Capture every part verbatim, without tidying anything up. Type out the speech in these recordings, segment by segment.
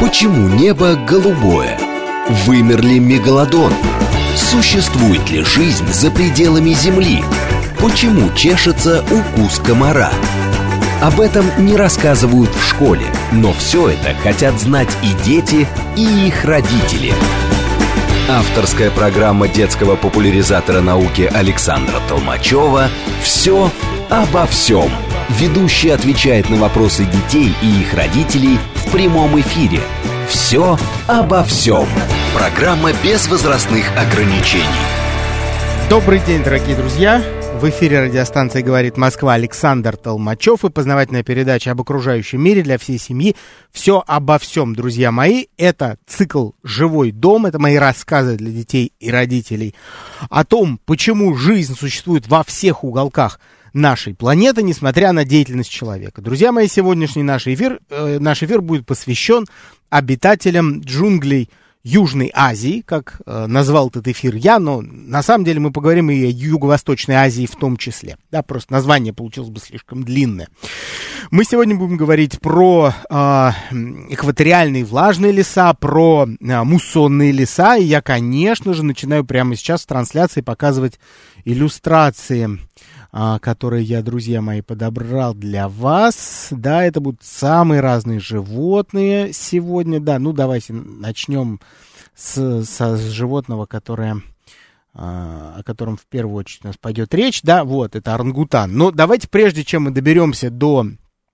Почему небо голубое? Вымер ли мегалодон? Существует ли жизнь за пределами Земли? Почему чешется укус комара? Об этом не рассказывают в школе, но все это хотят знать и дети, и их родители. Авторская программа детского популяризатора науки Александра Толмачева «Все обо всем». Ведущий отвечает на вопросы детей и их родителей в прямом эфире. «Все обо всем». Программа без возрастных ограничений. Добрый день, дорогие друзья. В эфире радиостанции «Говорит Москва» Александр Толмачев и познавательная передача об окружающем мире для всей семьи. Все обо всем, друзья мои. Это цикл «Живой дом». Это мои рассказы для детей и родителей о том, почему жизнь существует во всех уголках нашей планеты, несмотря на деятельность человека. Друзья мои, сегодняшний наш эфир, э, наш эфир будет посвящен обитателям джунглей Южной Азии, как э, назвал этот эфир я, но на самом деле мы поговорим и о Юго-Восточной Азии в том числе. Да, просто название получилось бы слишком длинное. Мы сегодня будем говорить про э, экваториальные влажные леса, про э, муссонные леса, и я, конечно же, начинаю прямо сейчас в трансляции показывать иллюстрации, э, которые я, друзья мои, подобрал для вас. Да, это будут самые разные животные сегодня. Да, ну давайте начнем с, с животного, которое, а, о котором в первую очередь у нас пойдет речь, да, вот, это орангутан. Но давайте, прежде чем мы доберемся до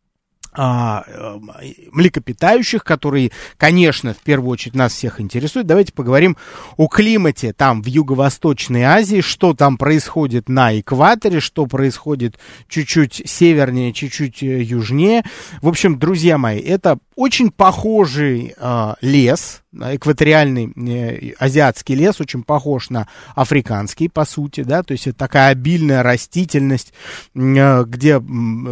а, млекопитающих, которые, конечно, в первую очередь нас всех интересуют, давайте поговорим о климате там, в Юго-Восточной Азии, что там происходит на экваторе, что происходит чуть-чуть севернее, чуть-чуть южнее. В общем, друзья мои, это очень похожий а, лес, экваториальный э, азиатский лес, очень похож на африканский, по сути, да, то есть это такая обильная растительность, э, где э,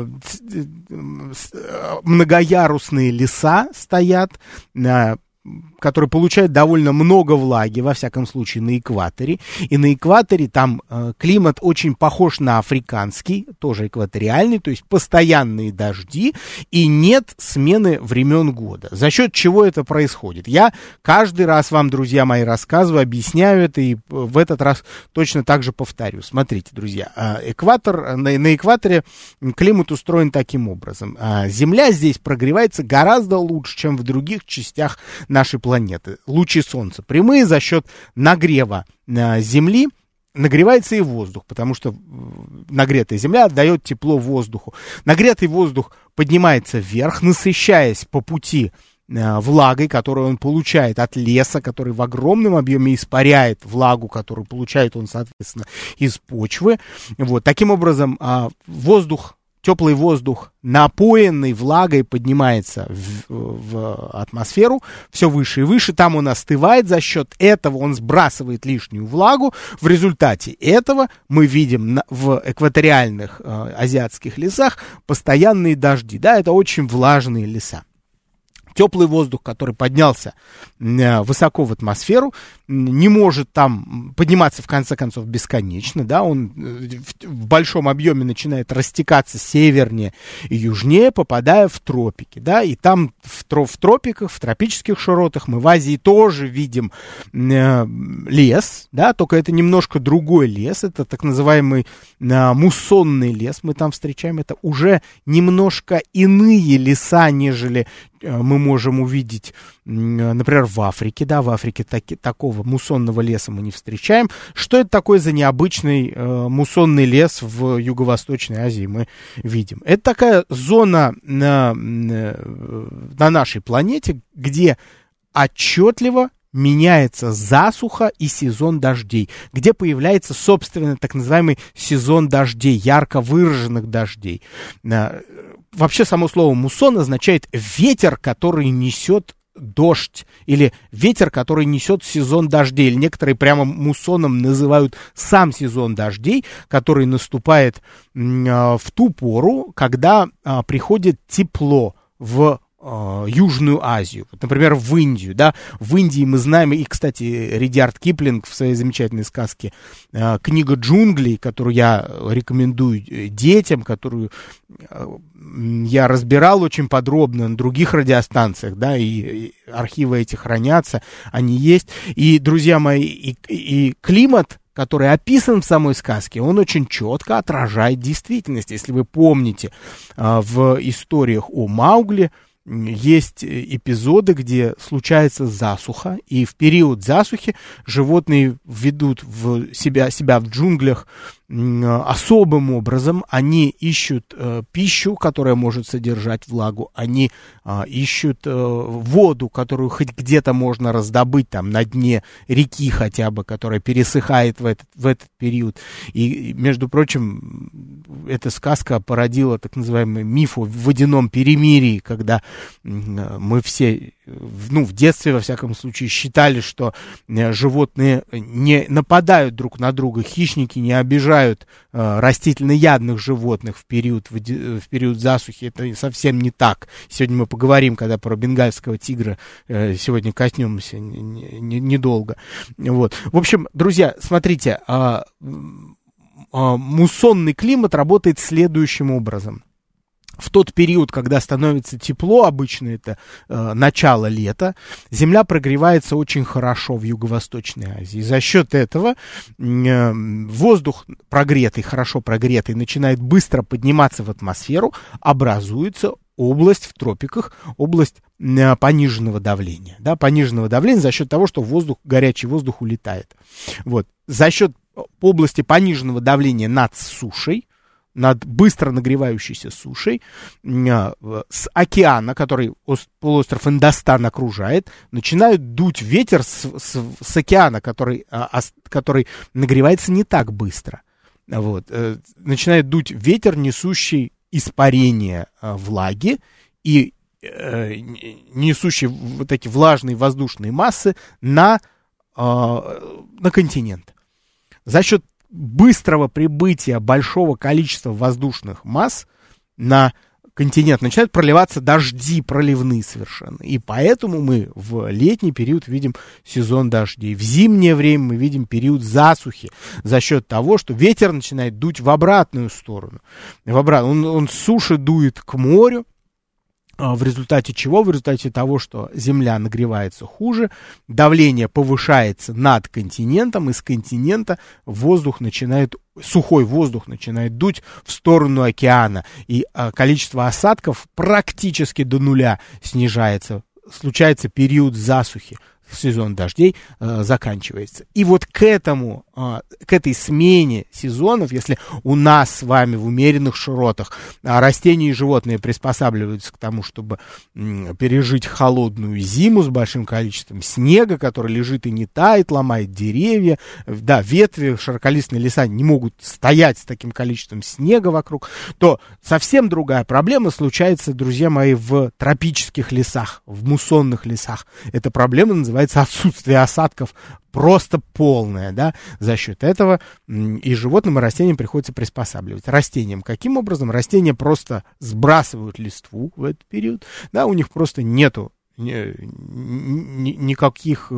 многоярусные леса стоят, э, которые получают довольно много влаги, во всяком случае, на экваторе. И на экваторе там э, климат очень похож на африканский, тоже экваториальный, то есть постоянные дожди, и нет смены времен года. За счет чего это происходит? Я каждый раз вам, друзья мои, рассказываю, объясняю это, и в этот раз точно так же повторю. Смотрите, друзья, экватор, на, на экваторе климат устроен таким образом. Земля здесь прогревается гораздо лучше, чем в других частях нашей планеты. Лучи солнца прямые, за счет нагрева э, Земли нагревается и воздух, потому что нагретая Земля отдает тепло воздуху. Нагретый воздух поднимается вверх, насыщаясь по пути э, влагой, которую он получает от леса, который в огромном объеме испаряет влагу, которую получает он, соответственно, из почвы. Вот. Таким образом, э, воздух, теплый воздух, напоенный влагой, поднимается в, в атмосферу все выше и выше. Там он остывает, за счет этого он сбрасывает лишнюю влагу. В результате этого мы видим на, в экваториальных э, азиатских лесах постоянные дожди. Да, это очень влажные леса. Теплый воздух, который поднялся э, высоко в атмосферу, не может там подниматься, в конце концов, бесконечно, да, он в, в большом объеме начинает растекаться севернее и южнее, попадая в тропики, да, и там в, в тропиках, в тропических широтах мы в Азии тоже видим э, лес, да, только это немножко другой лес, это так называемый э, муссонный лес, мы там встречаем, это уже немножко иные леса, нежели мы можем увидеть, например, в Африке, да, в Африке таки, такого муссонного леса мы не встречаем. Что это такое за необычный э, муссонный лес в Юго-Восточной Азии мы видим? Это такая зона на, на нашей планете, где отчетливо меняется засуха и сезон дождей, где появляется, собственно, так называемый сезон дождей, ярко выраженных дождей. Вообще само слово муссон означает ветер, который несет дождь, или ветер, который несет сезон дождей, или некоторые прямо муссоном называют сам сезон дождей, который наступает в ту пору, когда приходит тепло в Южную Азию, вот, например, в Индию, да, в Индии мы знаем, и, кстати, Ридьярд Киплинг в своей замечательной сказке «Книга джунглей», которую я рекомендую детям, которую я разбирал очень подробно на других радиостанциях, да, и, и архивы эти хранятся, они есть, и, друзья мои, и, и климат, который описан в самой сказке, он очень четко отражает действительность. Если вы помните, в историях о Маугли есть эпизоды, где случается засуха, и в период засухи животные ведут в себя, себя в джунглях особым образом. Они ищут э, пищу, которая может содержать влагу, они э, ищут э, воду, которую хоть где-то можно раздобыть, там, на дне реки хотя бы, которая пересыхает в этот, в этот период. И, между прочим, эта сказка породила так называемый миф о водяном перемирии, когда э, мы все, ну, в детстве, во всяком случае, считали, что э, животные не нападают друг на друга, хищники не обижают растительноядных животных в период, в период засухи. Это совсем не так. Сегодня мы поговорим, когда про бенгальского тигра сегодня коснемся недолго. Вот. В общем, друзья, смотрите, муссонный климат работает следующим образом. В тот период, когда становится тепло, обычно это э, начало лета, земля прогревается очень хорошо в Юго-Восточной Азии. За счет этого э, воздух прогретый, хорошо прогретый, начинает быстро подниматься в атмосферу, образуется область в тропиках, область э, пониженного давления. Да, пониженного давления за счет того, что воздух, горячий воздух улетает. Вот. За счет области пониженного давления над сушей, над быстро нагревающейся сушей, с океана, который полуостров Индостан окружает, начинает дуть ветер с, с, с океана, который, который нагревается не так быстро. Вот. Начинает дуть ветер, несущий испарение влаги и несущий вот эти влажные воздушные массы на, на континент. За счет быстрого прибытия большого количества воздушных масс на континент начинают проливаться дожди, проливные совершенно. И поэтому мы в летний период видим сезон дождей. В зимнее время мы видим период засухи за счет того, что ветер начинает дуть в обратную сторону. В обратную. Он, он с суши дует к морю. В результате чего? В результате того, что земля нагревается хуже, давление повышается над континентом, и с континента воздух начинает, сухой воздух начинает дуть в сторону океана, и а, количество осадков практически до нуля снижается. Случается период засухи. Сезон дождей э, заканчивается. И вот к этому, э, к этой смене сезонов, если у нас с вами в умеренных широтах э, растения и животные приспосабливаются к тому, чтобы э, пережить холодную зиму с большим количеством снега, который лежит и не тает, ломает деревья, да, ветви, широколистные леса не могут стоять с таким количеством снега вокруг, то совсем другая проблема случается, друзья мои, в тропических лесах, в муссонных лесах. Эта проблема называется отсутствие осадков просто полное, да, за счет этого и животным, и растениям приходится приспосабливать. Растениям каким образом? Растения просто сбрасывают листву в этот период, да, у них просто нету никаких,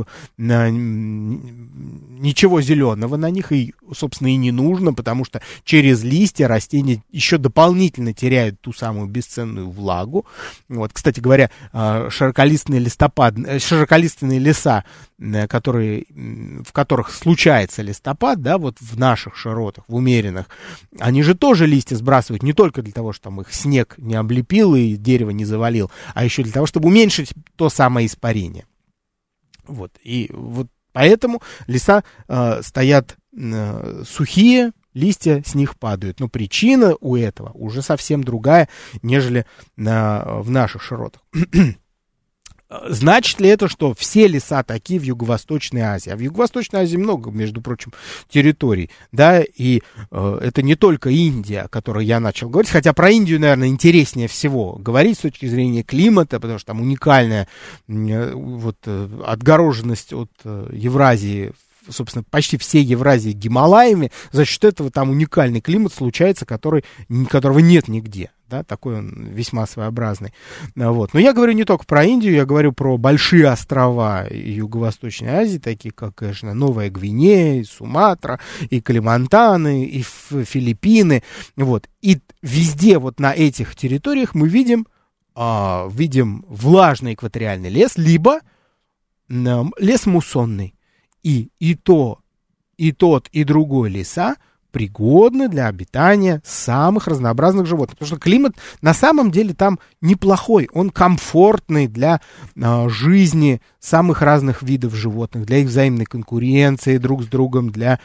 ничего зеленого на них, и, собственно, и не нужно, потому что через листья растения еще дополнительно теряют ту самую бесценную влагу. Вот, кстати говоря, широколистные листопад, широколистные леса, которые, в которых случается листопад, да, вот в наших широтах, в умеренных, они же тоже листья сбрасывают не только для того, чтобы их снег не облепил и дерево не завалил, а еще для того, чтобы уменьшить то самое испарение. Вот. И вот поэтому леса э, стоят э, сухие, листья с них падают. Но причина у этого уже совсем другая, нежели э, в наших широтах. Значит ли это, что все леса такие в Юго-Восточной Азии? А в Юго-Восточной Азии много, между прочим, территорий, да, и э, это не только Индия, о которой я начал говорить, хотя про Индию, наверное, интереснее всего говорить с точки зрения климата, потому что там уникальная э, вот, э, отгороженность от э, Евразии собственно, почти всей Евразии Гималаями, за счет этого там уникальный климат случается, который, которого нет нигде. Да, такой он весьма своеобразный. Вот. Но я говорю не только про Индию, я говорю про большие острова Юго-Восточной Азии, такие как, конечно, Новая Гвинея, и Суматра, и Калимантаны, и Филиппины. Вот. И везде вот на этих территориях мы видим, а, видим влажный экваториальный лес, либо а, лес муссонный. И, и то, и тот, и другой леса пригодны для обитания самых разнообразных животных. Потому что климат на самом деле там неплохой, он комфортный для э, жизни самых разных видов животных, для их взаимной конкуренции друг с другом, для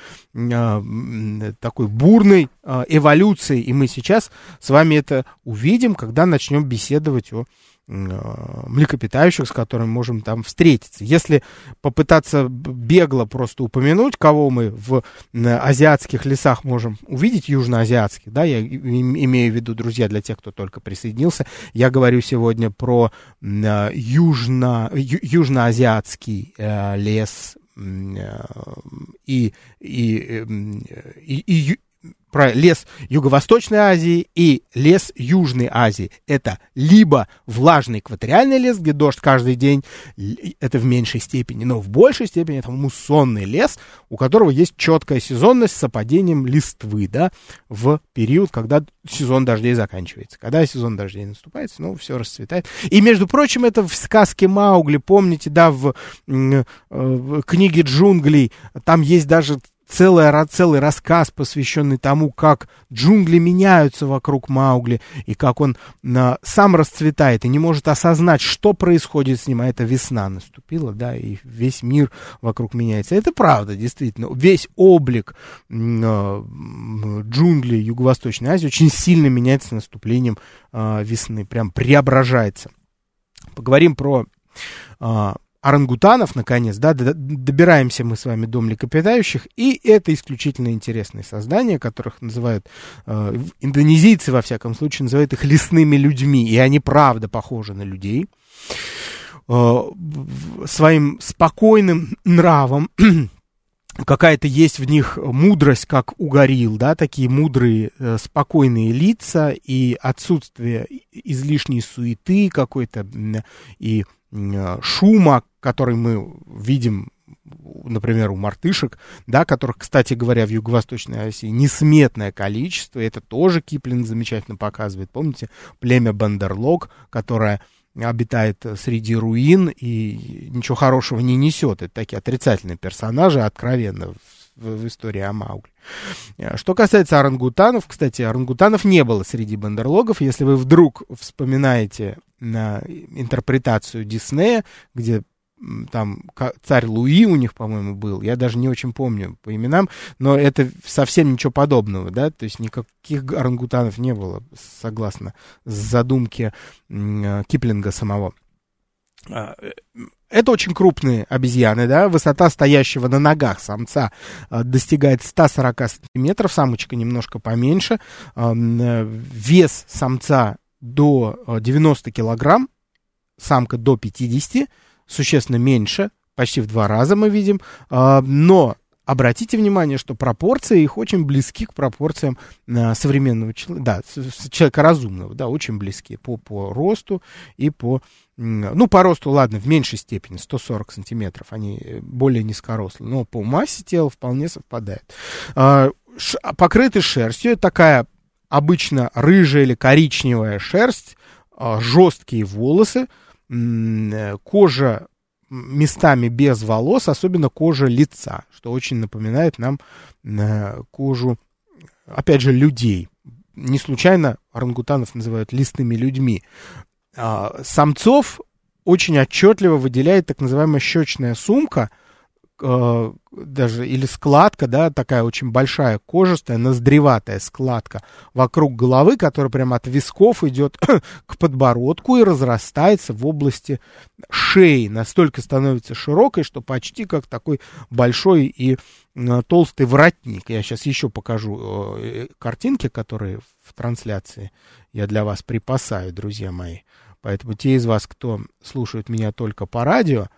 э, такой бурной э, эволюции. И мы сейчас с вами это увидим, когда начнем беседовать о млекопитающих, с которыми можем там встретиться. Если попытаться бегло просто упомянуть, кого мы в азиатских лесах можем увидеть, южноазиатских, да, я имею в виду, друзья, для тех, кто только присоединился, я говорю сегодня про южно, ю, южноазиатский э, лес э, и, и, и, и про лес Юго-Восточной Азии и лес Южной Азии. Это либо влажный экваториальный лес, где дождь каждый день, это в меньшей степени, но в большей степени это муссонный лес, у которого есть четкая сезонность с совпадением листвы, да, в период, когда сезон дождей заканчивается. Когда сезон дождей наступает, снова все расцветает. И, между прочим, это в сказке Маугли, помните, да, в, в, в книге джунглей, там есть даже Целый, целый рассказ, посвященный тому, как джунгли меняются вокруг Маугли, и как он а, сам расцветает и не может осознать, что происходит с ним. А это весна наступила, да, и весь мир вокруг меняется. Это правда, действительно. Весь облик а, джунглей Юго-Восточной Азии очень сильно меняется с наступлением а, весны, прям преображается. Поговорим про а, орангутанов, наконец, да, добираемся мы с вами до млекопитающих, и это исключительно интересные создания, которых называют, э, индонезийцы, во всяком случае, называют их лесными людьми, и они, правда, похожи на людей, э, своим спокойным нравом, какая-то есть в них мудрость, как у горилл, да, такие мудрые, э, спокойные лица, и отсутствие излишней суеты какой-то, и шума, который мы видим, например, у мартышек, да, которых, кстати говоря, в Юго-Восточной Азии несметное количество, это тоже Киплинг замечательно показывает. Помните, племя Бандерлог, которое обитает среди руин и ничего хорошего не несет. Это такие отрицательные персонажи, откровенно, в, в истории о Маугли. Что касается орангутанов, кстати, орангутанов не было среди бандерлогов. Если вы вдруг вспоминаете на интерпретацию Диснея, где там царь Луи у них, по-моему, был, я даже не очень помню по именам, но это совсем ничего подобного, да, то есть никаких орангутанов не было, согласно задумке Киплинга самого. Это очень крупные обезьяны, да, высота стоящего на ногах самца достигает сто сорок сантиметров, самочка немножко поменьше, вес самца до девяноста килограмм, самка до пятидесяти, существенно меньше, почти в два раза мы видим, но обратите внимание, что пропорции их очень близки к пропорциям современного человека, да, человека разумного, да, очень близки по, по росту и по, ну, по росту, ладно, в меньшей степени, сто сорок сантиметров, они более низкорослые, но по массе тела вполне совпадают. Покрыты шерстью, такая обычно рыжая или коричневая шерсть, жесткие волосы, кожа местами без волос, особенно кожа лица, что очень напоминает нам кожу, опять же, людей. Не случайно орангутанов называют лесными людьми. Самцов очень отчетливо выделяет так называемая щечная сумка, даже или складка, да, такая очень большая кожистая, ноздреватая складка вокруг головы, которая прямо от висков идет к подбородку и разрастается в области шеи, настолько становится широкой, что почти как такой большой и толстый воротник. Я сейчас еще покажу картинки, которые в трансляции я для вас припасаю, друзья мои. Поэтому те из вас, кто слушает меня только по радио,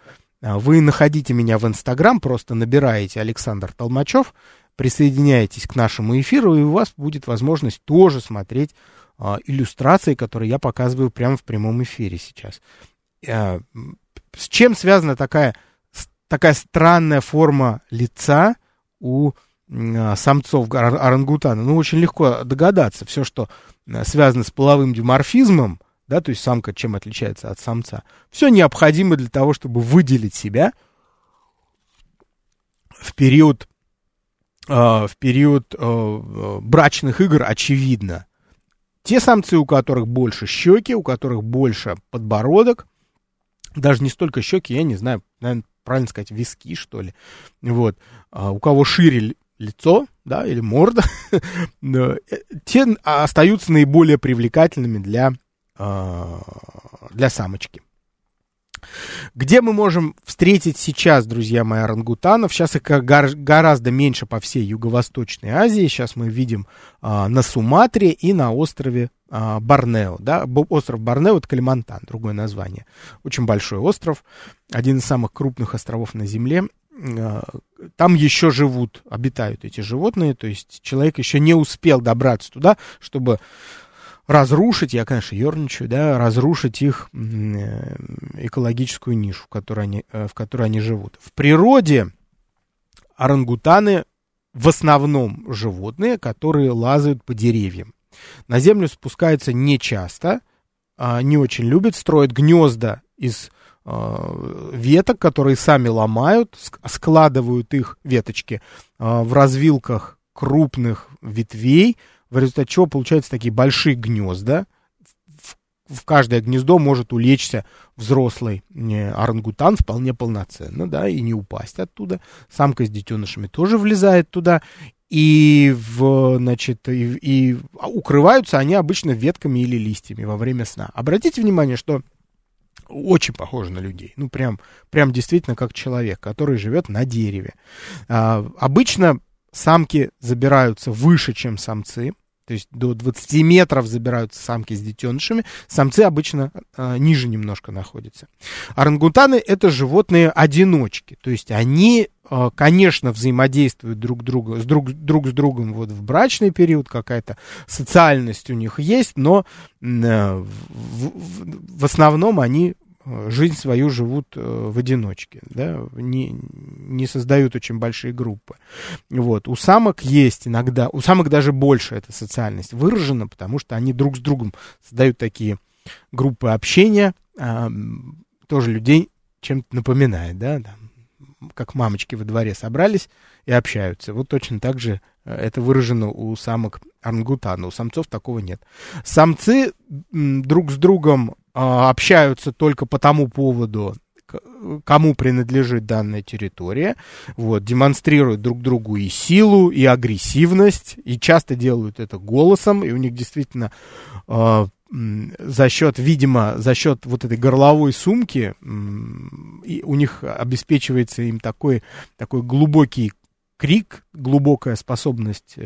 Вы находите меня в Инстаграм, просто набираете Александр Толмачев, присоединяйтесь к нашему эфиру, и у вас будет возможность тоже смотреть а, иллюстрации, которые я показываю прямо в прямом эфире сейчас. А, с чем связана такая, такая странная форма лица у а, самцов орангутана? Ну, очень легко догадаться. Все, что а, связано с половым диморфизмом, да, то есть самка чем отличается от самца, все необходимо для того, чтобы выделить себя в период в период э, брачных игр, очевидно. Те самцы, у которых больше щеки, у которых больше подбородок, даже не столько щеки, я не знаю, наверное, правильно сказать, виски, что ли, вот, а у кого шире лицо, да, или морда, те остаются наиболее привлекательными для, для самочки. Где мы можем встретить сейчас, друзья мои, орангутанов? Сейчас их гораздо меньше по всей Юго-Восточной Азии. Сейчас мы видим а, на Суматре и на острове а, Борнео. Да? Остров Борнео — это Калимантан, другое название. Очень большой остров, один из самых крупных островов на Земле. А, там еще живут, обитают эти животные, то есть человек еще не успел добраться туда, чтобы разрушить, я, конечно, ерничаю, да, разрушить их экологическую нишу, в которой они, в которой они живут. В природе орангутаны в основном животные, которые лазают по деревьям. На землю спускаются нечасто, не очень любят, строят гнезда из веток, которые сами ломают, складывают их, веточки, в развилках крупных ветвей, в результате чего получаются такие большие гнезда. В, в каждое гнездо может улечься взрослый э, орангутан вполне полноценно, да, и не упасть оттуда. Самка с детенышами тоже влезает туда. И, в, значит, и, и укрываются они обычно ветками или листьями во время сна. Обратите внимание, что очень похоже на людей. Ну, прям, прям действительно как человек, который живет на дереве. А, обычно самки забираются выше, чем самцы, то есть до двадцати метров забираются самки с детенышами, самцы обычно э, ниже немножко находятся. Орангутаны — это животные-одиночки, то есть они, э, конечно, взаимодействуют друг, друга, с друг, друг с другом вот в брачный период, какая-то социальность у них есть, но э, в, в, в основном они жизнь свою живут э, в одиночке, да, не, не создают очень большие группы. Вот. У самок есть иногда, у самок даже больше эта социальность выражена, потому что они друг с другом создают такие группы общения, э, тоже людей чем-то напоминает, да, там, как мамочки во дворе собрались и общаются. Вот точно так же это выражено у самок орангутана, у самцов такого нет. Самцы м, друг с другом общаются только по тому поводу, кому принадлежит данная территория, вот, демонстрируют друг другу и силу, и агрессивность, и часто делают это голосом, и у них действительно э, за счет, видимо, за счет вот этой горловой сумки э, и у них обеспечивается им такой, такой глубокий крик, глубокая способность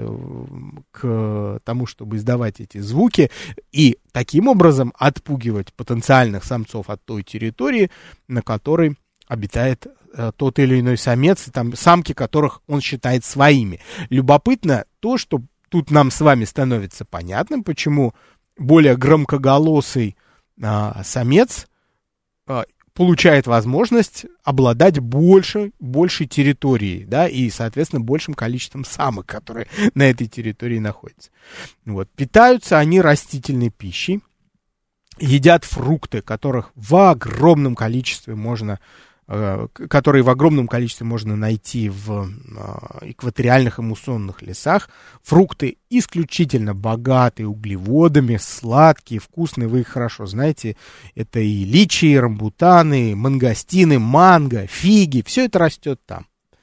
к тому, чтобы издавать эти звуки и таким образом отпугивать потенциальных самцов от той территории, на которой обитает тот или иной самец, там, самки которых он считает своими. Любопытно то, что тут нам с вами становится понятным, почему более громкоголосый а, самец а, получает возможность обладать больше, большей территорией, да, и, соответственно, большим количеством самок, которые на этой территории находятся. Вот. Питаются они растительной пищей, едят фрукты, которых в огромном количестве можно, э, которые в огромном количестве можно найти в э, экваториальных и муссонных лесах. Фрукты исключительно богатые углеводами, сладкие, вкусные, вы их хорошо знаете. Это и личи, и рамбутаны, мангостины, манго, фиги, все это растет там.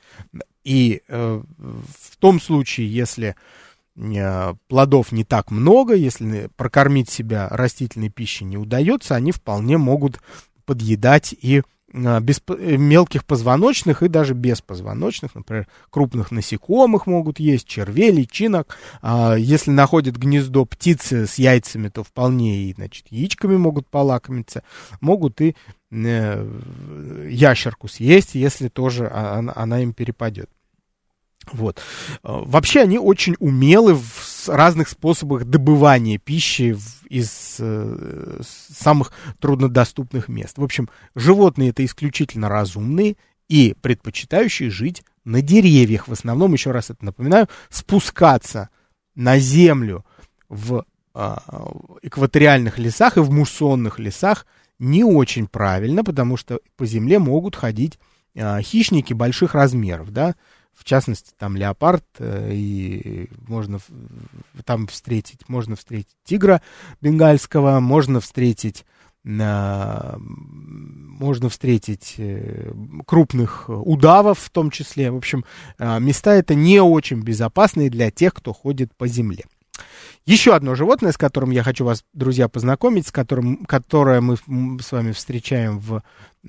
И э, в том случае, если э, плодов не так много, если прокормить себя растительной пищей не удается, они вполне могут подъедать и без, мелких позвоночных и даже беспозвоночных, например, крупных насекомых могут есть, червей, личинок. А если находят гнездо птицы с яйцами, то вполне и, значит, яичками могут полакомиться, могут и э, ящерку съесть, если тоже она, она им перепадет. Вот. Вообще они очень умелы в разных способах добывания пищи из э, самых труднодоступных мест. В общем, животные это исключительно разумные и предпочитающие жить на деревьях. В основном, еще раз это напоминаю, спускаться на землю в э, экваториальных лесах и в муссонных лесах не очень правильно, потому что по земле могут ходить э, хищники больших размеров, да. В частности, там леопард, э, и можно там встретить, можно встретить тигра бенгальского, можно встретить, э, можно встретить э, крупных удавов в том числе. В общем, э, места это не очень безопасные для тех, кто ходит по земле. Еще одно животное, с которым я хочу вас, друзья, познакомить, с которым, которое мы с вами встречаем в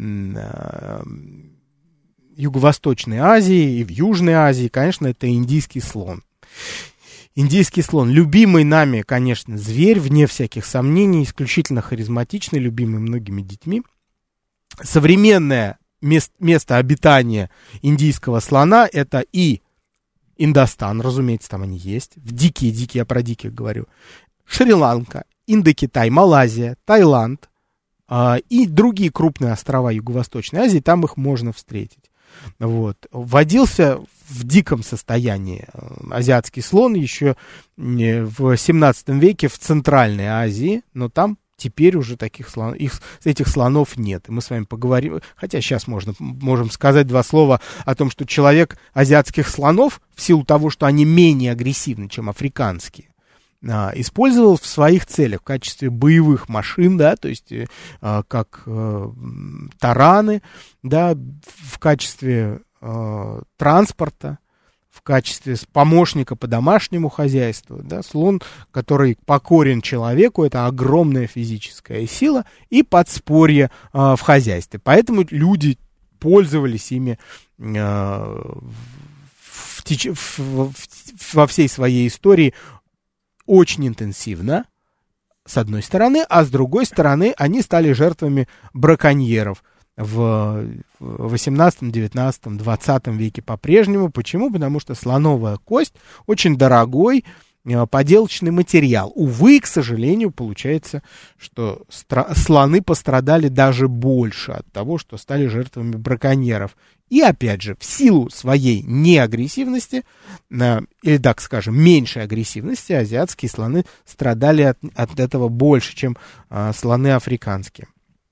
э, Юго-Восточной Азии и в Южной Азии, конечно, это индийский слон. Индийский слон, любимый нами, конечно, зверь, вне всяких сомнений, исключительно харизматичный, любимый многими детьми. Современное мест, место обитания индийского слона — это и Индостан, разумеется, там они есть, в дикие-дикие, я про диких говорю, Шри-Ланка, Индокитай, Малайзия, Таиланд э, и другие крупные острова Юго-Восточной Азии, там их можно встретить. Вот. Водился в диком состоянии азиатский слон еще в семнадцатом веке в Центральной Азии, но там теперь уже таких слон, их, этих слонов нет. И мы с вами поговорим, хотя сейчас можно, можем сказать два слова о том, что человек азиатских слонов, в силу того, что они менее агрессивны, чем африканские, а, использовал в своих целях в качестве боевых машин, да, то есть а, как а, тараны, да, в качестве а, транспорта, в качестве помощника по домашнему хозяйству, да, слон, который покорен человеку, это огромная физическая сила и подспорье а, в хозяйстве. Поэтому люди пользовались ими а, в теч... в, в, во всей своей истории очень интенсивно, с одной стороны, а с другой стороны, они стали жертвами браконьеров в восемнадцатом, девятнадцатом, двадцатом веке по-прежнему. Почему? Потому что слоновая кость очень дорогой поделочный материал. Увы, к сожалению, получается, что стра- слоны пострадали даже больше от того, что стали жертвами браконьеров. И, опять же, в силу своей неагрессивности, э, или, так скажем, меньшей агрессивности, азиатские слоны страдали от, от этого больше, чем э, слоны африканские.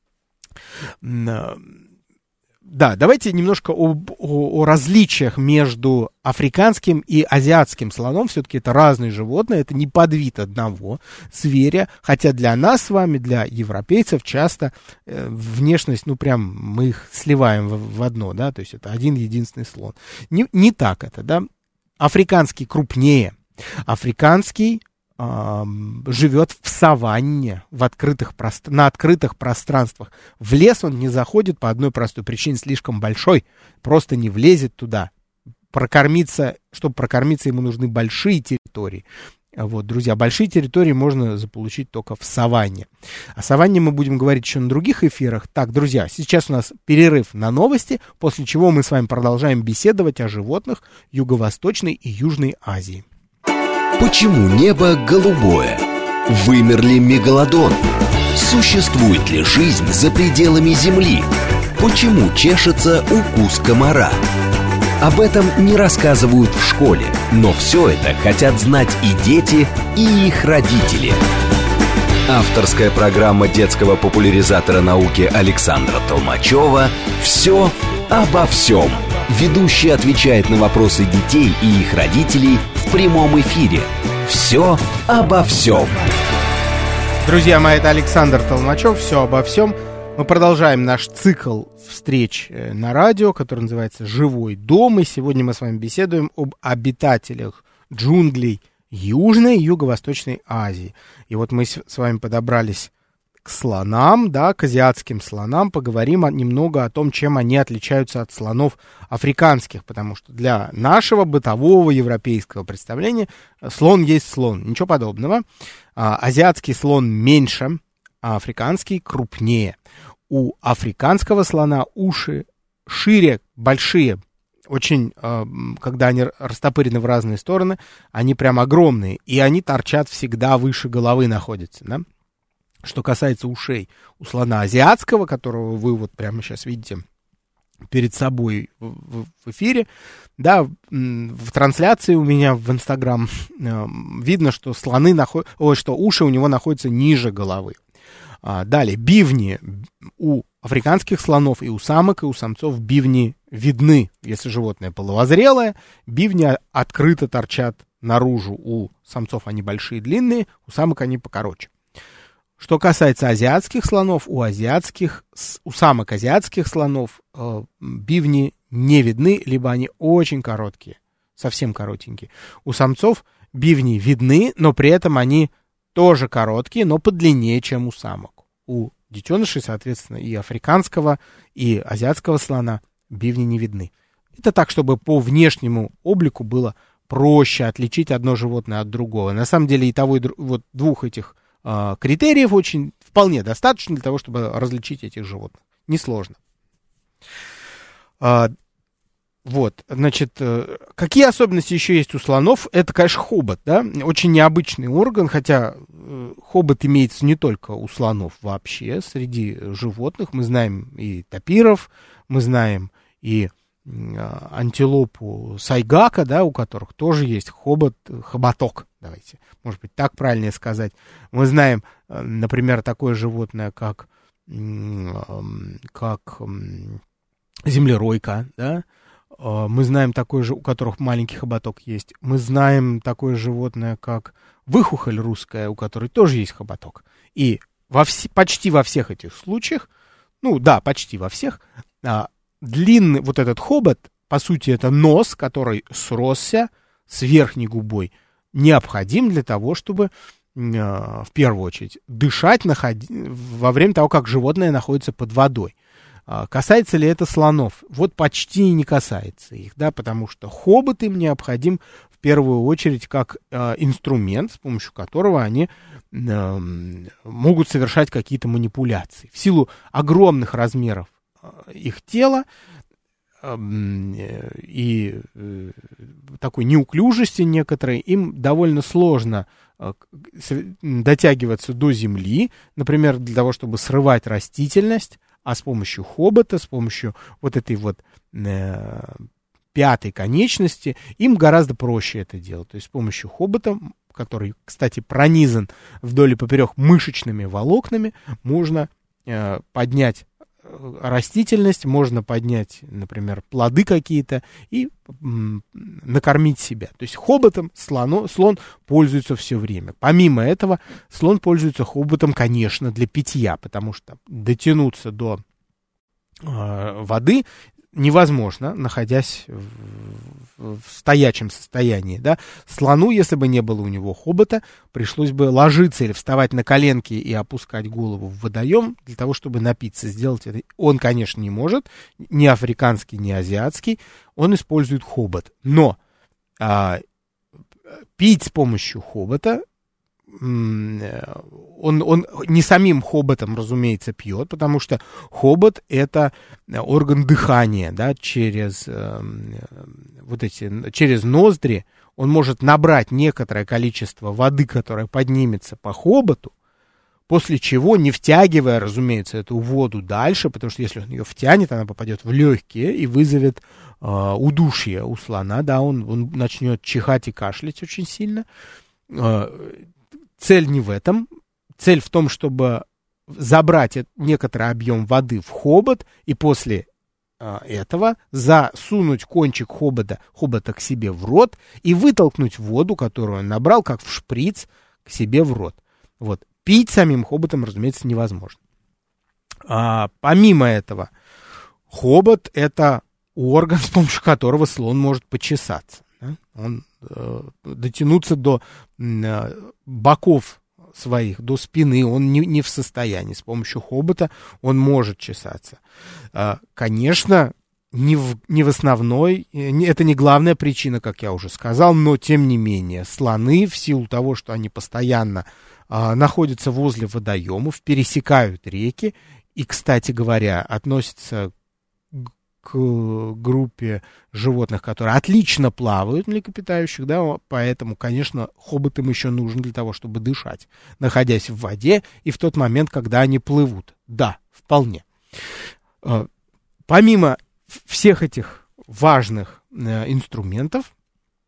Да, давайте немножко об, о, о различиях между африканским и азиатским слоном. Все-таки это разные животные, это не подвид одного зверя, хотя для нас с вами, для европейцев, часто э, внешность, ну прям мы их сливаем в, в одно, да, то есть это один единственный слон. Не, не так это, да. Африканский крупнее, африканский живет в саванне, в открытых простр... на открытых пространствах. В лес он не заходит по одной простой причине: слишком большой, просто не влезет туда. Прокормиться, чтобы прокормиться, ему нужны большие территории. Вот, друзья, большие территории можно заполучить только в саванне. О саванне мы будем говорить еще на других эфирах. Так, друзья, сейчас у нас перерыв на новости, после чего мы с вами продолжаем беседовать о животных Юго-Восточной и Южной Азии. Почему небо голубое? Вымер ли мегалодон? Существует ли жизнь за пределами Земли? Почему чешется укус комара? Об этом не рассказывают в школе, но все это хотят знать и дети, и их родители. Авторская программа детского популяризатора науки Александра Толмачева «Все обо всем». Ведущий отвечает на вопросы детей и их родителей в прямом эфире. «Все обо всем». Друзья мои, это Александр Толмачев. «Все обо всем». Мы продолжаем наш цикл встреч на радио, который называется «Живой дом». И сегодня мы с вами беседуем об обитателях джунглей Южной и Юго-Восточной Азии. И вот мы с вами подобрались к слонам, да, к азиатским слонам, поговорим о, немного о том, чем они отличаются от слонов африканских, потому что для нашего бытового европейского представления слон есть слон, ничего подобного. А, азиатский слон меньше, а африканский крупнее. У африканского слона уши шире, большие, очень, когда они растопырены в разные стороны, они прям огромные, и они торчат всегда выше головы находятся, да? Что касается ушей у слона азиатского, которого вы вот прямо сейчас видите перед собой в, в эфире, да, в трансляции у меня в Инстаграм видно, что слоны наход... Ой, что уши у него находятся ниже головы. Далее, бивни у африканских слонов и у самок, и у самцов бивни видны, если животное половозрелое, бивни открыто торчат наружу. У самцов они большие, длинные, у самок они покороче. Что касается азиатских слонов, у азиатских, у самок азиатских слонов э, бивни не видны, либо они очень короткие, совсем коротенькие. У самцов бивни видны, но при этом они тоже короткие, но подлиннее, чем у самок. У детенышей, соответственно, и африканского, и азиатского слона бивни не видны. Это так, чтобы по внешнему облику было проще отличить одно животное от другого. На самом деле и того, и дру... вот двух этих э, критериев очень вполне достаточно для того, чтобы различить этих животных. Несложно. А, вот, значит, какие особенности еще есть у слонов? Это, конечно, хобот, да, очень необычный орган, хотя хобот имеется не только у слонов вообще, среди животных. Мы знаем и тапиров, мы знаем и антилопу сайгака, да, у которых тоже есть хобот, хоботок, давайте, может быть, так правильнее сказать. Мы знаем, например, такое животное, как, как землеройка, да. Мы знаем такое же, у которых маленький хоботок есть. Мы знаем такое животное, как выхухоль русская, у которой тоже есть хоботок. И во вс- почти во всех этих случаях, ну да, почти во всех, а, длинный вот этот хобот, по сути, это нос, который сросся с верхней губой, необходим для того, чтобы а, в первую очередь дышать находи- во время того, как животное находится под водой. Касается ли это слонов? Вот почти не касается их, да, потому что хобот им необходим в первую очередь как э, инструмент, с помощью которого они э, могут совершать какие-то манипуляции. В силу огромных размеров э, их тела э, и э, такой неуклюжести некоторой, им довольно сложно э, дотягиваться до земли, например, для того, чтобы срывать растительность. А с помощью хобота, с помощью вот этой вот э, пятой конечности им гораздо проще это делать. То есть с помощью хобота, который, кстати, пронизан вдоль и поперек мышечными волокнами, можно э, поднять растительность, можно поднять, например, плоды какие-то и м, накормить себя. То есть хоботом слоно, слон пользуется все время. Помимо этого, слон пользуется хоботом, конечно, для питья, потому что дотянуться до э, воды невозможно, находясь в, в, в стоячем состоянии, да. Слону, если бы не было у него хобота, пришлось бы ложиться или вставать на коленки и опускать голову в водоем для того, чтобы напиться. Сделать это он, конечно, не может, ни африканский, ни азиатский, он использует хобот. Но а, пить с помощью хобота, Он, он не самим хоботом, разумеется, пьет, потому что хобот — это орган дыхания, да, через, э, вот эти, через ноздри он может набрать некоторое количество воды, которое поднимется по хоботу, после чего, не втягивая, разумеется, эту воду дальше, потому что если он ее втянет, она попадет в легкие и вызовет э, удушье у слона, да, он, он начнет чихать и кашлять очень сильно. Э, цель не в этом. Цель в том, чтобы забрать некоторый объем воды в хобот и после э, этого засунуть кончик хобота, хобота к себе в рот и вытолкнуть воду, которую он набрал, как в шприц, к себе в рот. Вот. Пить самим хоботом, разумеется, невозможно. А, помимо этого, хобот — это орган, с помощью которого слон может почесаться. Да? Он э, дотянуться до э, боков своих, до спины он не, не в состоянии. С помощью хобота он может чесаться. А, конечно, не в, не в основной, не, это не главная причина, как я уже сказал, но тем не менее, слоны, в силу того, что они постоянно а, находятся возле водоемов, пересекают реки, и, кстати говоря, относится к группе животных, которые отлично плавают, млекопитающих, да, поэтому, конечно, хобот им еще нужен для того, чтобы дышать, находясь в воде и в тот момент, когда они плывут. Да, вполне. Помимо всех этих важных инструментов,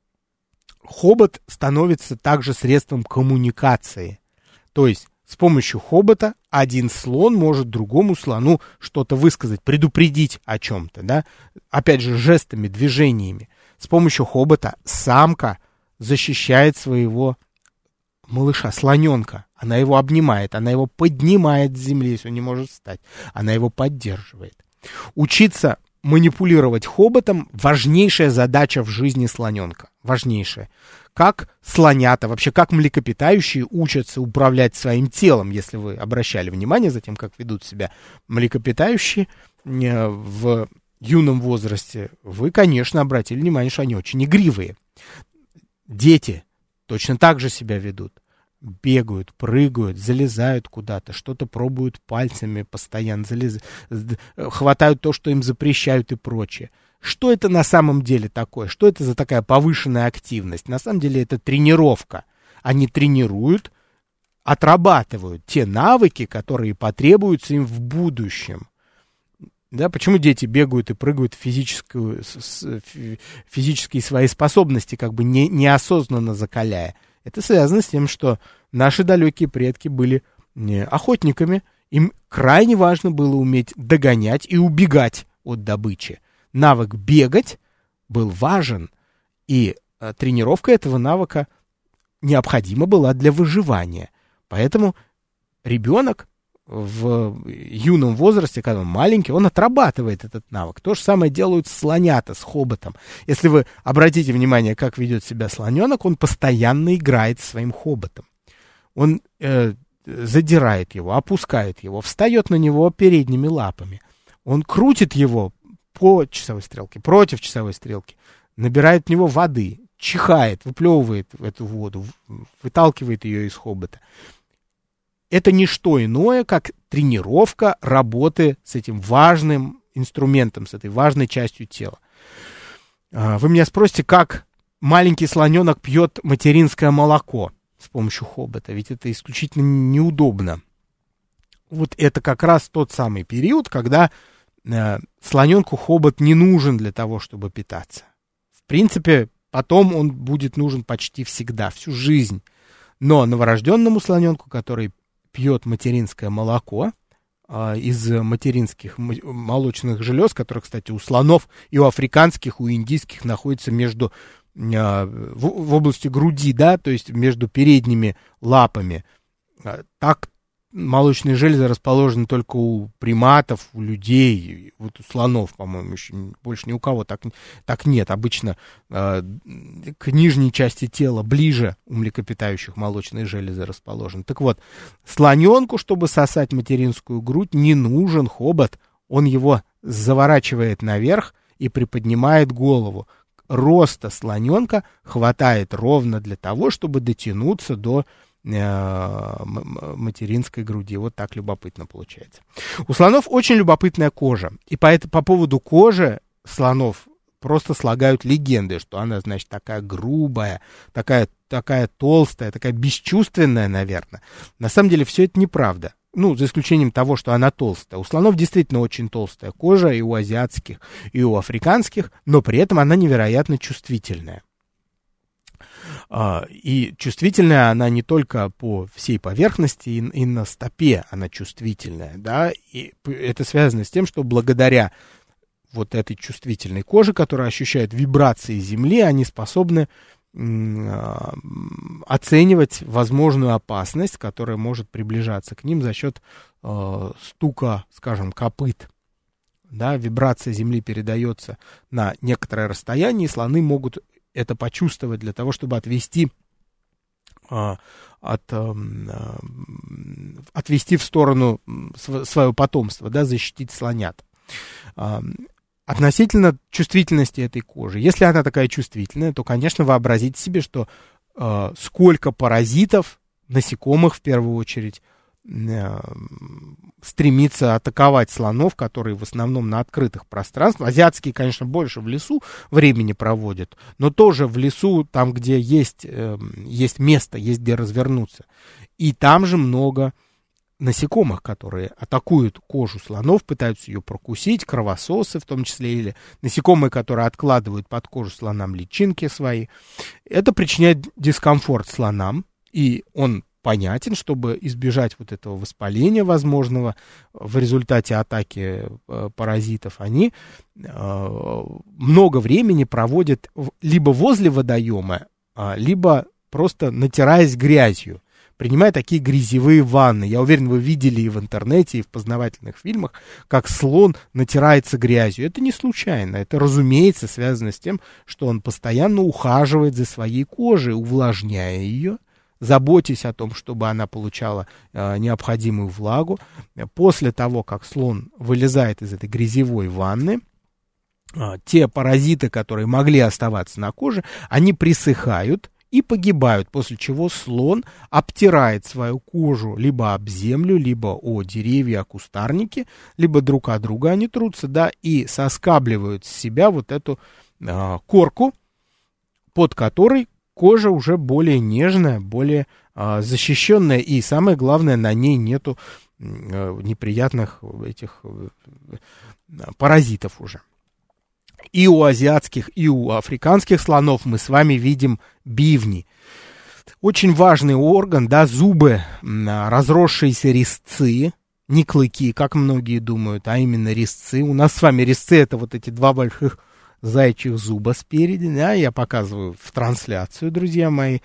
хобот становится также средством коммуникации. То есть с помощью хобота один слон может другому слону что-то высказать, предупредить о чем-то, да? Опять же, жестами, движениями. С помощью хобота самка защищает своего малыша, слоненка. Она его обнимает, она его поднимает с земли, если он не может встать. Она его поддерживает. Учиться манипулировать хоботом — важнейшая задача в жизни слоненка. Важнейшая. Как слонята, вообще как млекопитающие учатся управлять своим телом, если вы обращали внимание за тем, как ведут себя млекопитающие в юном возрасте, вы, конечно, обратили внимание, что они очень игривые. Дети точно так же себя ведут. Бегают, прыгают, залезают куда-то, что-то пробуют пальцами постоянно, залез... хватают то, что им запрещают и прочее. Что это на самом деле такое? Что это за такая повышенная активность? На самом деле это тренировка. Они тренируют, отрабатывают те навыки, которые потребуются им в будущем. Да, почему дети бегают и прыгают физическую, физические свои способности, как бы не, неосознанно закаляя? Это связано с тем, что наши далекие предки были охотниками. Им крайне важно было уметь догонять и убегать от добычи. Навык бегать был важен, и а, тренировка этого навыка необходима была для выживания. Поэтому ребенок в юном возрасте, когда он маленький, он отрабатывает этот навык. То же самое делают слонята с хоботом. Если вы обратите внимание, как ведет себя слоненок, он постоянно играет своим хоботом. Он э, задирает его, опускает его, встает на него передними лапами. Он крутит его по часовой стрелке, против часовой стрелки, набирает в него воды, чихает, выплевывает эту воду, выталкивает ее из хобота. Это не что иное, как тренировка работы с этим важным инструментом, с этой важной частью тела. Вы меня спросите, как маленький слоненок пьет материнское молоко с помощью хобота, ведь это исключительно неудобно. Вот это как раз тот самый период, когда э, слоненку хобот не нужен для того, чтобы питаться. В принципе, потом он будет нужен почти всегда, всю жизнь. Но новорожденному слоненку, который пьет материнское молоко э, из материнских молочных желез, которые, кстати, у слонов и у африканских, у индийских находятся между, э, в, в области груди, да, то есть между передними лапами. Э, так молочные железы расположены только у приматов, у людей, вот у слонов, по-моему, еще больше ни у кого так, так нет. Обычно э, к нижней части тела ближе у млекопитающих молочные железы расположены. Так вот, слоненку, чтобы сосать материнскую грудь, не нужен хобот. Он его заворачивает наверх и приподнимает голову. Роста слоненка хватает ровно для того, чтобы дотянуться до материнской груди. Вот так любопытно получается. У слонов очень любопытная кожа. И по, это, по поводу кожи слонов просто слагают легенды, что она, значит, такая грубая, такая, такая толстая, такая бесчувственная, наверное. На самом деле все это неправда. Ну, за исключением того, что она толстая. У слонов действительно очень толстая кожа, и у азиатских, и у африканских, но при этом она невероятно чувствительная. И чувствительная она не только по всей поверхности, и, и на стопе она чувствительная, да, и это связано с тем, что благодаря вот этой чувствительной коже, которая ощущает вибрации Земли, они способны м- оценивать возможную опасность, которая может приближаться к ним за счет э, стука, скажем, копыт. Да, вибрация Земли передается на некоторое расстояние, и слоны могут это почувствовать для того, чтобы отвести, а, от, а, отвести в сторону свое потомство, да, защитить слонят. А, относительно чувствительности этой кожи. Если она такая чувствительная, то, конечно, вообразите себе, что а, сколько паразитов, насекомых в первую очередь, стремится атаковать слонов, которые в основном на открытых пространствах. Азиатские, конечно, больше в лесу времени проводят, но тоже в лесу, там, где есть, есть место, есть где развернуться. И там же много насекомых, которые атакуют кожу слонов, пытаются ее прокусить, кровососы в том числе, или насекомые, которые откладывают под кожу слонам личинки свои. Это причиняет дискомфорт слонам, и он понятен, чтобы избежать вот этого воспаления возможного в результате атаки э, паразитов. Они э, много времени проводят либо возле водоема, э, либо просто натираясь грязью, принимая такие грязевые ванны. Я уверен, вы видели и в интернете, и в познавательных фильмах, как слон натирается грязью. Это не случайно. Это, разумеется, связано с тем, что он постоянно ухаживает за своей кожей, увлажняя ее, заботясь о том, чтобы она получала э, необходимую влагу. После того, как слон вылезает из этой грязевой ванны, э, те паразиты, которые могли оставаться на коже, они присыхают и погибают, после чего слон обтирает свою кожу либо об землю, либо о деревья, о кустарники, либо друг от друга они трутся, да, и соскабливают с себя вот эту э, корку, под которой кожа уже более нежная, более э, защищенная, и самое главное, на ней нету э, неприятных этих э, паразитов уже. И у азиатских, и у африканских слонов мы с вами видим бивни. Очень важный орган, да, зубы, разросшиеся резцы, не клыки, как многие думают, а именно резцы. У нас с вами резцы — это вот эти два больших заячьих зуба спереди, да, я показываю в трансляцию, друзья мои.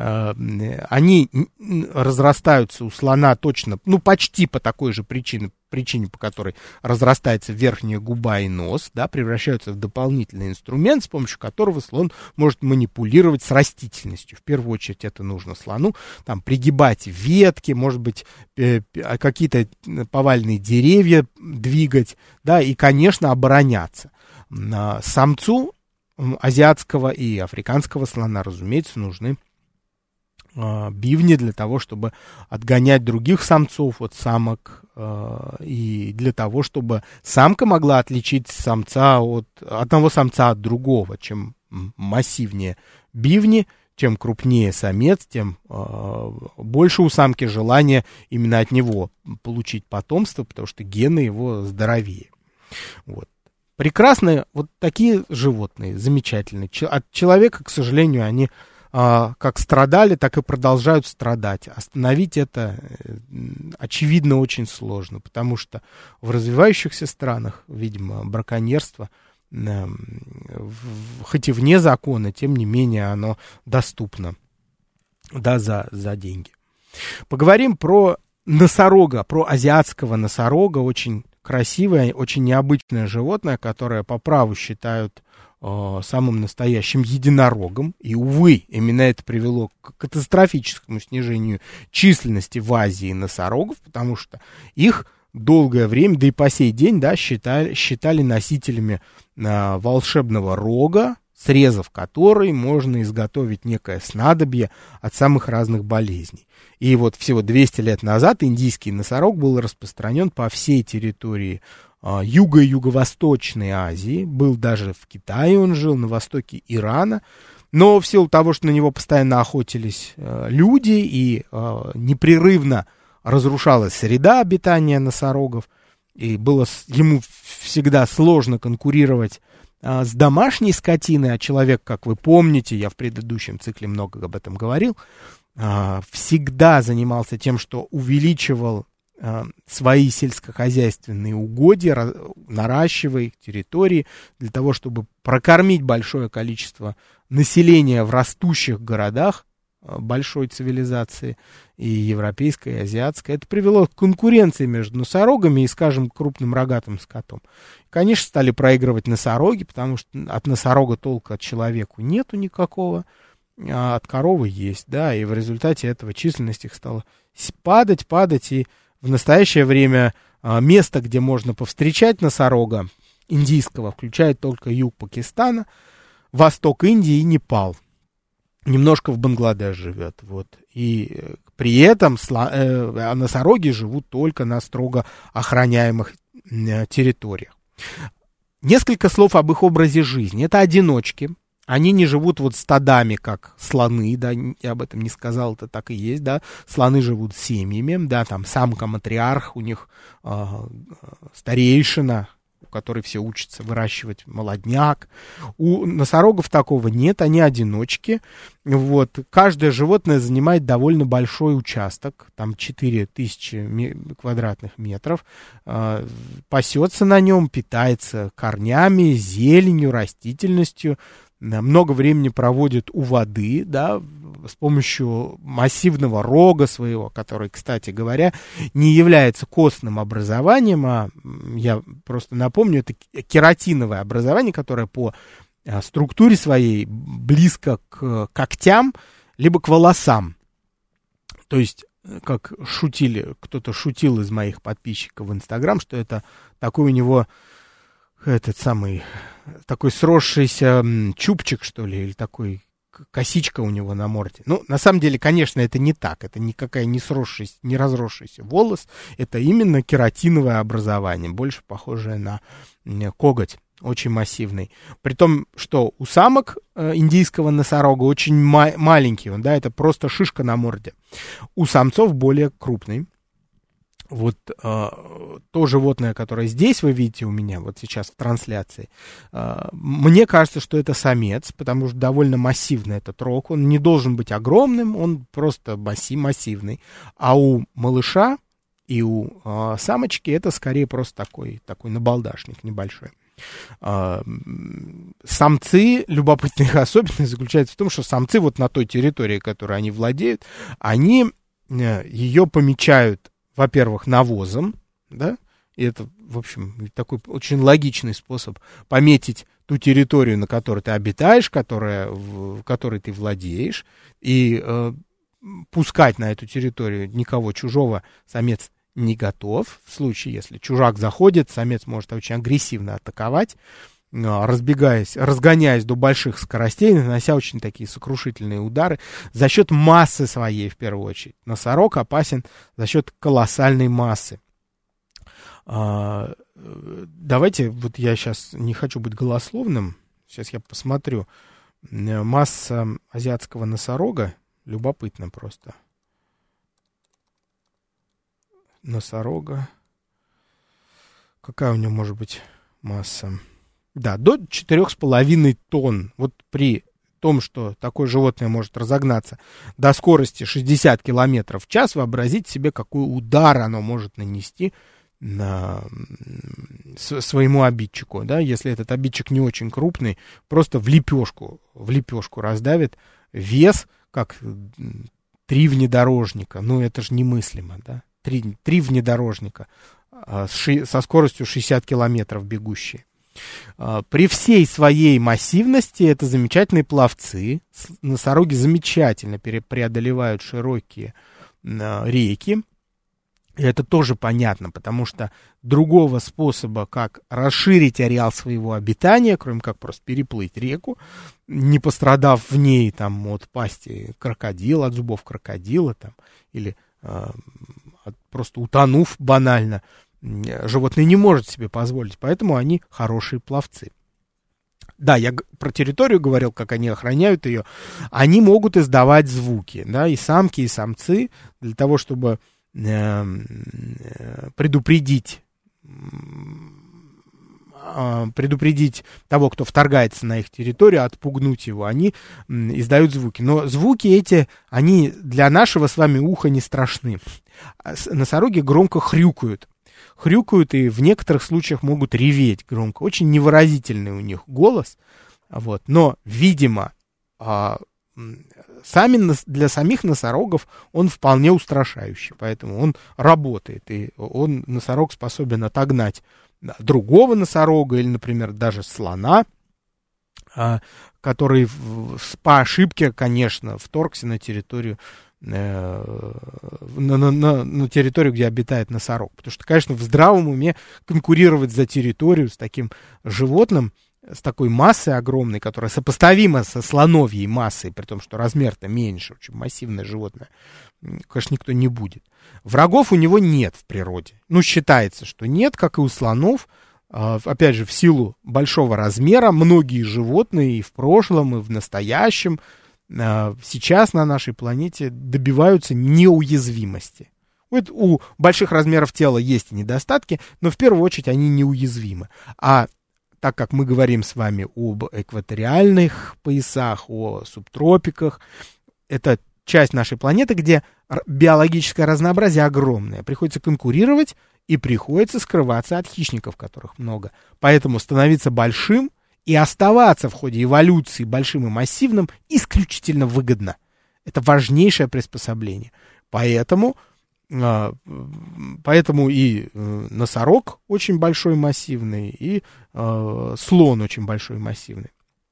Они разрастаются у слона точно, ну, почти по такой же причине, причине, по которой разрастается верхняя губа и нос, да, превращаются в дополнительный инструмент, с помощью которого слон может манипулировать с растительностью. В первую очередь это нужно слону, там, пригибать ветки, может быть, какие-то поваленные деревья двигать, да, и, конечно, обороняться. Самцу азиатского и африканского слона, разумеется, нужны э, бивни для того, чтобы отгонять других самцов от самок, э, и для того, чтобы самка могла отличить самца от, одного самца от другого. Чем массивнее бивни, чем крупнее самец, тем э, больше у самки желания именно от него получить потомство, потому что гены его здоровее. Вот. Прекрасные вот такие животные, замечательные. От человека, к сожалению, они а, как страдали, так и продолжают страдать. Остановить это, очевидно, очень сложно, потому что в развивающихся странах, видимо, браконьерство, хоть и вне закона, тем не менее оно доступно, да, за, за деньги. Поговорим про носорога, про азиатского носорога, очень красивое, очень необычное животное, которое по праву считают э, самым настоящим единорогом. И, увы, именно это привело к катастрофическому снижению численности в Азии носорогов, потому что их долгое время, да и по сей день, да, считали, считали носителями э, волшебного рога, срезав который можно изготовить некое снадобье от самых разных болезней. И вот всего двести лет назад индийский носорог был распространен по всей территории а, Юго- и Юго-Восточной Азии. Был даже в Китае, он жил, на востоке Ирана. Но в силу того, что на него постоянно охотились а, люди и а, непрерывно разрушалась среда обитания носорогов, и было ему всегда сложно конкурировать а, с домашней скотиной, а человек, как вы помните, я в предыдущем цикле много об этом говорил, всегда занимался тем, что увеличивал э, свои сельскохозяйственные угодья, наращивая их территории для того, чтобы прокормить большое количество населения в растущих городах э, большой цивилизации, и европейской, и азиатской. Это привело к конкуренции между носорогами и, скажем, крупным рогатым скотом. Конечно, стали проигрывать носороги, потому что от носорога толка от человеку нету никакого, а от коровы есть, да, и в результате этого численность их стала падать, падать, и в настоящее время а, место, где можно повстречать носорога индийского, включает только юг Пакистана, восток Индии и Непал. Немножко в Бангладеш живет, вот. И При этом сло, э, носороги живут только на строго охраняемых э, территориях. Несколько слов об их образе жизни. Это одиночки. Они не живут вот стадами, как слоны, да, я об этом не сказал, это так и есть, да. Слоны живут семьями, да, там самка-матриарх, у них э, старейшина, у которой все учатся выращивать молодняк. У носорогов такого нет, они одиночки. Вот. Каждое животное занимает довольно большой участок, там четыре тысячи квадратных метров. Э, пасется на нем, питается корнями, зеленью, растительностью. Много времени проводит у воды, да, с помощью массивного рога своего, который, кстати говоря, не является костным образованием, а, я просто напомню, это кератиновое образование, которое по структуре своей близко к когтям, либо к волосам. То есть, как шутили, кто-то шутил из моих подписчиков в Инстаграм, что это такой у него... этот самый, такой сросшийся чубчик, что ли, или такой косичка у него на морде. Ну, на самом деле, конечно, это не так, это никакая не сросшийся, не разросшийся волос, это именно кератиновое образование, больше похожее на коготь, очень массивный. При том, что у самок э, индийского носорога очень ма- маленький, он, да, это просто шишка на морде. У самцов более крупный. Вот э, то животное, которое здесь вы видите у меня, вот сейчас в трансляции, э, мне кажется, что это самец, потому что довольно массивный этот рог. Он не должен быть огромным, он просто масси- массивный. А у малыша и у э, самочки это скорее просто такой, такой набалдашник небольшой. Э, самцы, любопытная их особенность заключается в том, что самцы вот на той территории, которой они владеют, они э, ее помечают, во-первых, навозом, да, и это, в общем, такой очень логичный способ пометить ту территорию, на которой ты обитаешь, которая, в которой ты владеешь, и э, пускать на эту территорию никого чужого самец не готов. В случае, если чужак заходит, самец может очень агрессивно атаковать, разбегаясь, разгоняясь до больших скоростей, нанося очень такие сокрушительные удары за счет массы своей, в первую очередь. Носорог опасен за счет колоссальной массы. А, давайте, вот я сейчас не хочу быть голословным, сейчас я посмотрю. Масса азиатского носорога, любопытно просто. Носорога. Какая у него может быть масса? Да, до четырех с половиной тонн. Вот при том, что такое животное может разогнаться до скорости шестьдесят километров в час, вообразите себе, какой удар оно может нанести на своему обидчику. Да? Если этот обидчик не очень крупный, просто в лепешку, в лепешку раздавит. Вес, как три внедорожника. Ну, это же немыслимо, да? Три, три внедорожника ши, со скоростью шестьдесят километров бегущие. При всей своей массивности это замечательные пловцы. Носороги замечательно преодолевают широкие реки. И это тоже понятно, потому что другого способа, как расширить ареал своего обитания, кроме как просто переплыть реку, не пострадав в ней там, от пасти крокодила, от зубов крокодила, там, или э, просто утонув банально, животное не может себе позволить, поэтому они хорошие пловцы. Да, я про территорию говорил, как они охраняют ее. Они могут издавать звуки, да, и самки, и самцы, для того, чтобы э, предупредить, э, предупредить того, кто вторгается на их территорию, отпугнуть его, они э, издают звуки. Но звуки эти, они для нашего с вами уха не страшны. Носороги громко хрюкают. Хрюкают и в некоторых случаях могут реветь громко. Очень невыразительный у них голос. Вот. Но, видимо, сами, для самих носорогов он вполне устрашающий. Поэтому он работает. И он, носорог, способен отогнать другого носорога или, например, даже слона, который по ошибке, конечно, вторгся на территорию На, на, на, на территорию, где обитает носорог. Потому что, конечно, в здравом уме конкурировать за территорию с таким животным с такой массой огромной, которая сопоставима со слоновьей массой, при том, что размер-то меньше, очень массивное животное, конечно, никто не будет. Врагов у него нет в природе. Ну, считается, что нет, как и у слонов. Опять же, в силу большого размера многие животные и в прошлом, и в настоящем сейчас на нашей планете добиваются неуязвимости. Вот у больших размеров тела есть и недостатки, но в первую очередь они неуязвимы. А так как мы говорим с вами об экваториальных поясах, о субтропиках, это часть нашей планеты, где биологическое разнообразие огромное. Приходится конкурировать и приходится скрываться от хищников, которых много. Поэтому становиться большим и оставаться в ходе эволюции большим и массивным исключительно выгодно. Это важнейшее приспособление. Поэтому, поэтому и носорог очень большой, массивный, и слон очень большой и массивный.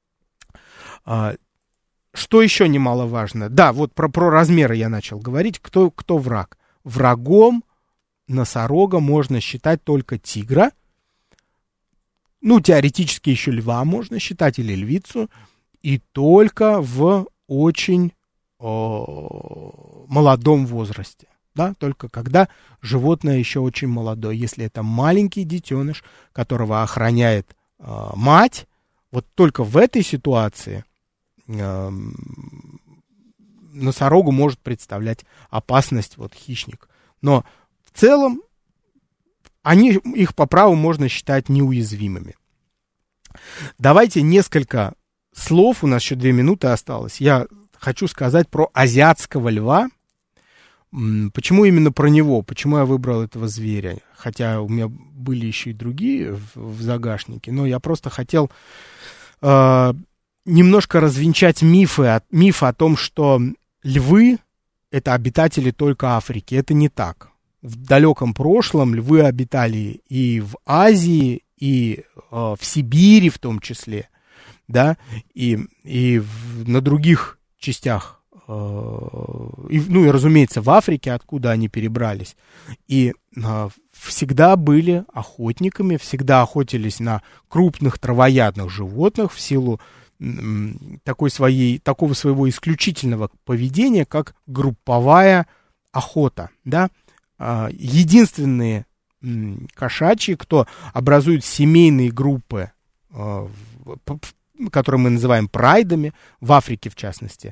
Что еще немаловажно? Да, вот про, про размеры я начал говорить. Кто, кто враг? Врагом носорога можно считать только тигра. Ну, теоретически еще льва можно считать, или львицу. И только в очень о, молодом возрасте. Да, только когда животное еще очень молодое. Если это маленький детеныш, которого охраняет э, мать, вот только в этой ситуации э, носорогу может представлять опасность вот, хищник. Но в целом они, их по праву можно считать неуязвимыми. Давайте несколько слов, у нас еще две минуты осталось. Я хочу сказать про азиатского льва. Почему именно про него? Почему я выбрал этого зверя? Хотя у меня были еще и другие в, в загашнике, но я просто хотел э, немножко развенчать мифы, миф о том, что львы — это обитатели только Африки. Это не так. В далеком прошлом львы обитали и в Азии, и э, в Сибири в том числе, да, и, и в, на других частях. И, ну и, разумеется, в Африке, откуда они перебрались, и а, всегда были охотниками, всегда охотились на крупных травоядных животных в силу м, такой своей, такого своего исключительного поведения, как групповая охота, да. А, единственные м, кошачьи, кто образует семейные группы, а, в, которые мы называем прайдами, в Африке в частности,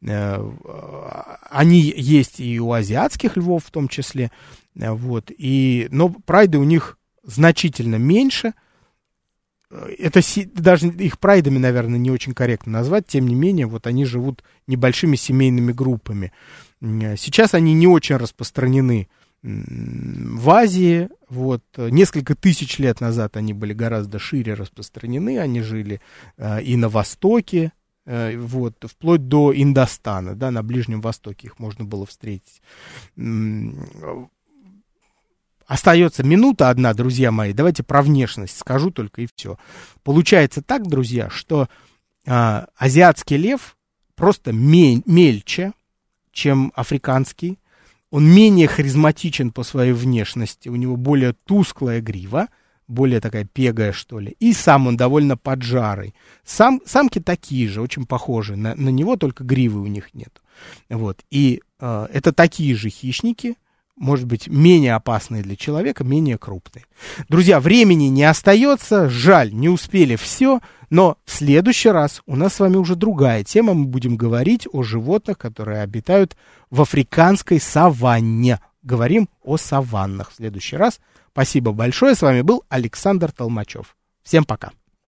они есть и у азиатских львов в том числе, вот, и, но прайды у них значительно меньше. Это даже их прайдами, наверное, не очень корректно назвать, тем не менее, вот они живут небольшими семейными группами. Сейчас они не очень распространены в Азии, вот, несколько тысяч лет назад они были гораздо шире распространены, они жили э, и на Востоке, э, вот, вплоть до Индостана, да, на Ближнем Востоке их можно было встретить. Остается минута одна, друзья мои, давайте про внешность скажу только и все. Получается так, друзья, что э, азиатский лев просто мель, мельче, чем африканский. Он менее харизматичен по своей внешности, у него более тусклая грива, более такая пегая, что ли, и сам он довольно поджарый. Сам, самки такие же, очень похожи на, на него, только гривы у них нет. Вот. И э, это такие же хищники, может быть, менее опасные для человека, менее крупные. Друзья, времени не остается, жаль, не успели все, но в следующий раз у нас с вами уже другая тема, мы будем говорить о животных, которые обитают в африканской саванне. Говорим о саваннах в следующий раз. Спасибо большое, с вами был Александр Толмачев. Всем пока.